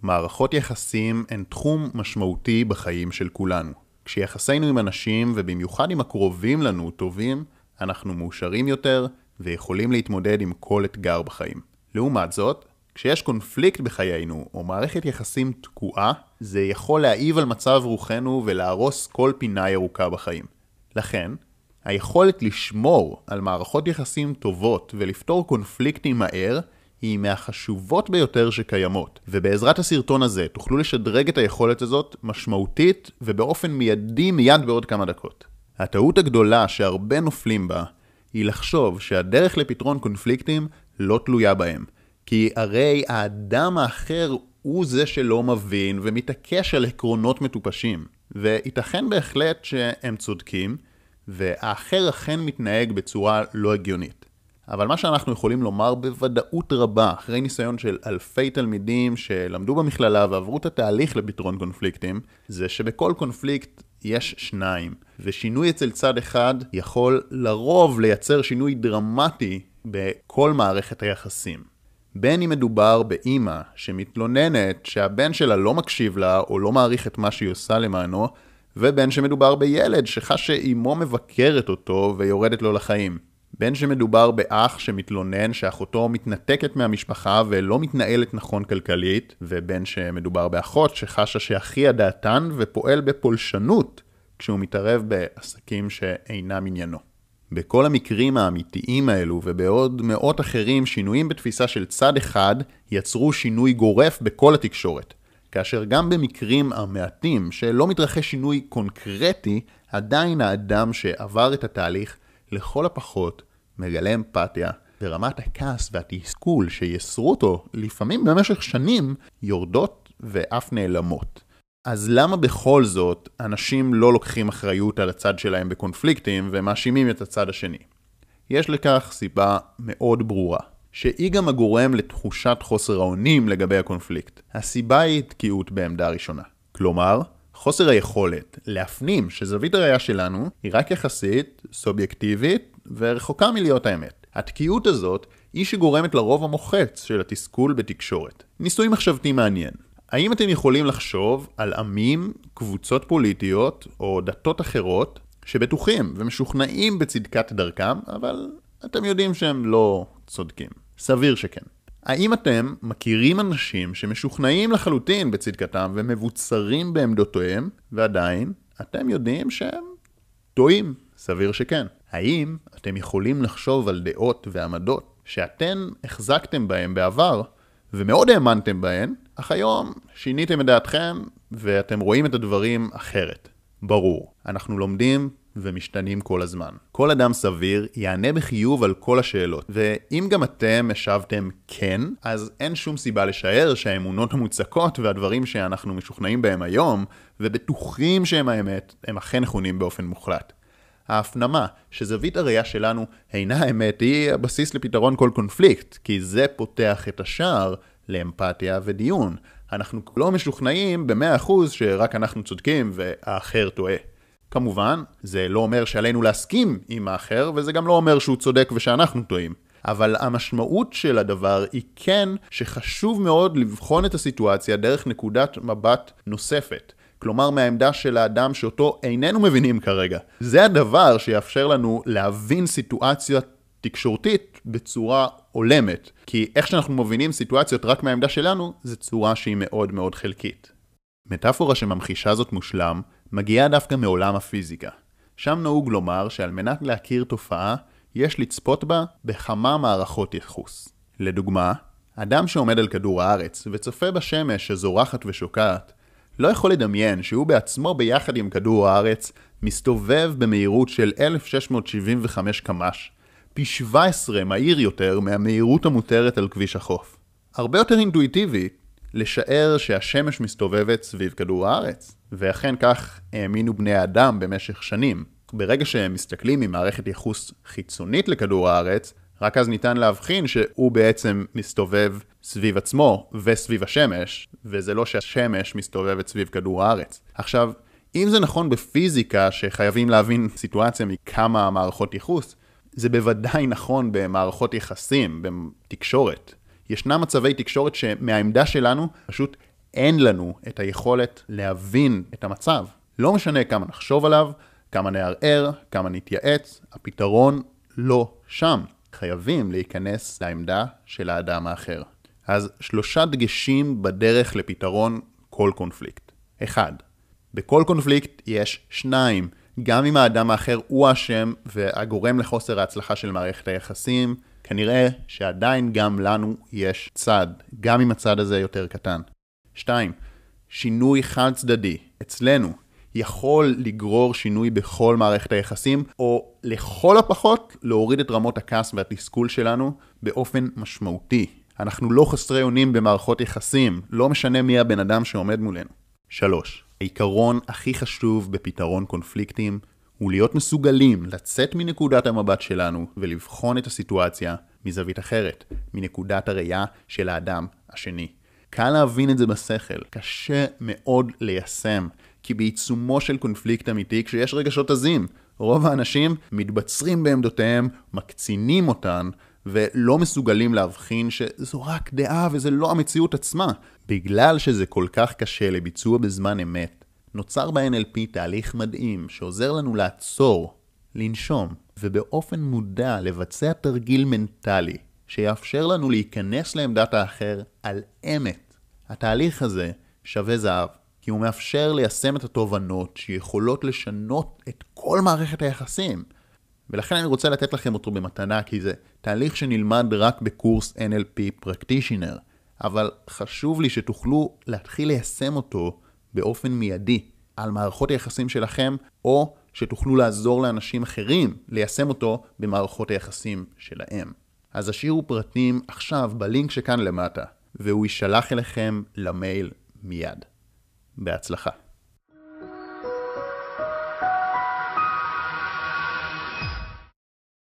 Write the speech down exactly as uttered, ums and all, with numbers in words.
מערכות יחסים הן תחום משמעותי בחיים של כולנו. כשיחסינו עם אנשים ובמיוחד עם הקרובים לנו טובים, אנחנו מאושרים יותר ויכולים להתמודד עם כל אתגר בחיים. לעומת זאת, כשיש קונפליקט בחיינו או מערכת יחסים תקועה, זה יכול להעיב על מצב רוחנו ולהרוס כל פינה ירוקה בחיים. לכן, היכולת לשמור על מערכות יחסים טובות ולפתור קונפליקטים מהר היא מהחשובות ביותר שקיימות. ובעזרת הסרטון הזה תוכלו לשדרג את היכולת הזאת משמעותית ובאופן מיידי מיד בעוד כמה דקות. הטעות הגדולה שהרבה נופלים בה היא לחשוב שהדרך לפתרון קונפליקטים לא תלויה בהם. כי הרי האדם האחר הוא זה שלא מבין ומתעקש על עקרונות מטופשים. וייתכן בהחלט שהם צודקים, והאחר אכן מתנהג בצורה לא הגיונית. אבל מה שאנחנו יכולים לומר בוודאות רבה, אחרי ניסיון של אלפי תלמידים שלמדו במכללה ועברו את התהליך לפתרון קונפליקטים, זה שבכל קונפליקט יש שניים, ושינוי אצל צד אחד יכול לרוב לייצר שינוי דרמטי בכל מערכת היחסים. בין אם מדובר באמא שמתלוננת שהבן שלה לא מקשיב לה או לא מעריך את מה שהיא עושה למענו, ובין שמדובר בילד שחש שאימו מבקרת אותו ויורדת לו לחיים. בין שמדובר באח שמתלונן שאחותו מתנתקת מהמשפחה ולא מתנהלת נכון כלכלית, ובין שמדובר באחות שחשה שאחיה דעתן ופועל בפולשנות כשהוא מתערב בעסקים שאינם עניינו. בכל המקרים האמיתיים האלו ובעוד מאות אחרים, שינויים בתפיסה של צד אחד יצרו שינוי גורף בכל התקשורת. כאשר גם במקרים המעטים שלא מתרחש שינוי קונקרטי, עדיין האדם שעבר את התהליך לכל הפחות מגלה אמפתיה, ורמת הכעס והתסכול שיסרו אותו לפעמים במשך שנים יורדות ואף נעלמות. אז למה בכל זאת אנשים לא לוקחים אחריות על הצד שלהם בקונפליקטים ומאשימים את הצד השני? יש לכך סיבה מאוד ברורה, שהיא גם הגורם לתחושת חוסר האונים לגבי הקונפליקט. הסיבה היא תקיעות בעמדה ראשונה. כלומר, חוסר היכולת להפנים שזווית הראייה שלנו היא רק יחסית, סובייקטיבית ורחוקה מלהיות האמת. התקיעות הזאת היא שגורמת לרוב המוחץ של התסכול בתקשורת. ניסוי מחשבתי מעניין. האם אתם יכולים לחשוב על עמים, קבוצות פוליטיות או דתות אחרות שבטוחים ומשוכנעים בצדקת דרכם, אבל אתם יודעים שהם לא צודקים? סביר שכן. האם אתם מכירים אנשים שמשוכנעים לחלוטין בצדקתם ומבוצרים בעמדותיהם, ועדיין אתם יודעים שהם טועים? סביר שכן. האם אתם יכולים לחשוב על דעות ועמדות שאתם החזקתם בהם בעבר ומאוד האמנתם בהן, אך היום שיניתם את דעתכם ואתם רואים את הדברים אחרת? ברור, אנחנו לומדים ומשתנים כל הזמן. כל אדם סביר יענה בחיוב על כל השאלות, ואם גם אתם השבתם כן, אז אין שום סיבה לשער שהאמונות המוצקות והדברים שאנחנו משוכנעים בהם היום ובטוחים שהם האמת, הם אכן נכונים באופן מוחלט. ההפנמה שזווית הראייה שלנו אינה האמת היא הבסיס לפתרון כל קונפליקט, כי זה פותח את השער לאמפתיה ודיון. אנחנו לא משוכנעים ב-מאה אחוז שרק אנחנו צודקים והאחר טועה. כמובן, זה לא אומר שעלינו להסכים עם האחר, וזה גם לא אומר שהוא צודק ושאנחנו טועים. אבל המשמעות של הדבר היא כן שחשוב מאוד לבחון את הסיטואציה דרך נקודת מבט נוספת. כלומר, מהעמדה של האדם שאותו איננו מבינים כרגע. זה הדבר שיאפשר לנו להבין סיטואציה תקשורתית בצורה עולמת. כי איך שאנחנו מבינים סיטואציות רק מהעמדה שלנו, זו צורה שהיא מאוד מאוד חלקית. מטאפורה שממחישה זאת מושלם, מגיעה דווקא מעולם הפיזיקה. שם נהוג לומר שעל מנת להכיר תופעה, יש לצפות בה בכמה מערכות יחוס. לדוגמה, אדם שעומד על כדור הארץ וצופה בשמש שזורחת ושוקעת, לא יכול לדמיין שהוא בעצמו ביחד עם כדור הארץ מסתובב במהירות של אלף שש מאות שבעים וחמש קמ"ש, פי שבע עשרה מהיר יותר מהמהירות המותרת על כביש החוף. הרבה יותר אינטואיטיבי לשער שהשמש מסתובבת סביב כדור הארץ, ואכן כך האמינו בני האדם במשך שנים. ברגע שהם מסתכלים ממערכת יחוס חיצונית לכדור הארץ, רק אז ניתן להבחין שהוא בעצם מסתובב סביב עצמו וסביב השמש, וזה לא שהשמש מסתובבת סביב כדור הארץ. עכשיו, אם זה נכון בפיזיקה שחייבים להבין סיטואציה מכמה מערכות יחוס, זה בוודאי נכון במערכות יחסים, בתקשורת. ישנם מצבי תקשורת שמהעמדה שלנו פשוט אין לנו את היכולת להבין את המצב. לא משנה כמה נחשוב עליו, כמה נערער, כמה נתייעץ, הפתרון לא שם. חייבים להיכנס לעמדה של האדם האחר. אז שלושה דגשים בדרך לפתרון כל קונפליקט. אחד, בכל קונפליקט יש שניים. גם אם האדם האחר הוא האשם והגורם לחוסר ההצלחה של מערכת היחסים, כנראה שעדיין גם לנו יש צד, גם אם הצד הזה יותר קטן. שתיים, שינוי חד צדדי אצלנו יכול לגרור שינוי בכל מערכת היחסים, או לכל הפחות להוריד את רמות הכעס והתסכול שלנו באופן משמעותי. אנחנו לא חסרי אונים במערכות יחסים, לא משנה מי הבן אדם שעומד מולנו. שלוש, העיקרון הכי חשוב בפתרון קונפליקטים הוא להיות מסוגלים לצאת מנקודת המבט שלנו ולבחון את הסיטואציה מזווית אחרת, מנקודת הראייה של האדם השני. קל להבין את זה בשכל, קשה מאוד ליישם, כי בעיצומו של קונפליקט אמיתי, כשיש רגשות עזים, רוב האנשים מתבצרים בעמדותיהם, מקצינים אותן, ולא מסוגלים להבחין שזו רק דעה וזה לא המציאות עצמה. בגלל שזה כל כך קשה לביצוע בזמן אמת, נוצר ב-אן אל פי תהליך מדהים שעוזר לנו לעצור, לנשום, ובאופן מודע לבצע תרגיל מנטלי, שיאפשר לנו להיכנס לעמדת האחר על אמת. התהליך הזה שווה זהב, כי הוא מאפשר ליישם את התובנות שיכולות לשנות את כל מערכת היחסים. ולכן אני רוצה לתת לכם אותו במתנה, כי זה תהליך שנלמד רק בקורס אן אל פי Practitioner, אבל חשוב לי שתוכלו להתחיל ליישם אותו באופן מיידי על מערכות היחסים שלכם, או שתוכלו לעזור לאנשים אחרים ליישם אותו במערכות היחסים שלהם. אז השאירו פרטים עכשיו בלינק שכאן למטה, והוא יישלח אליכם למייל מיד. בהצלחה.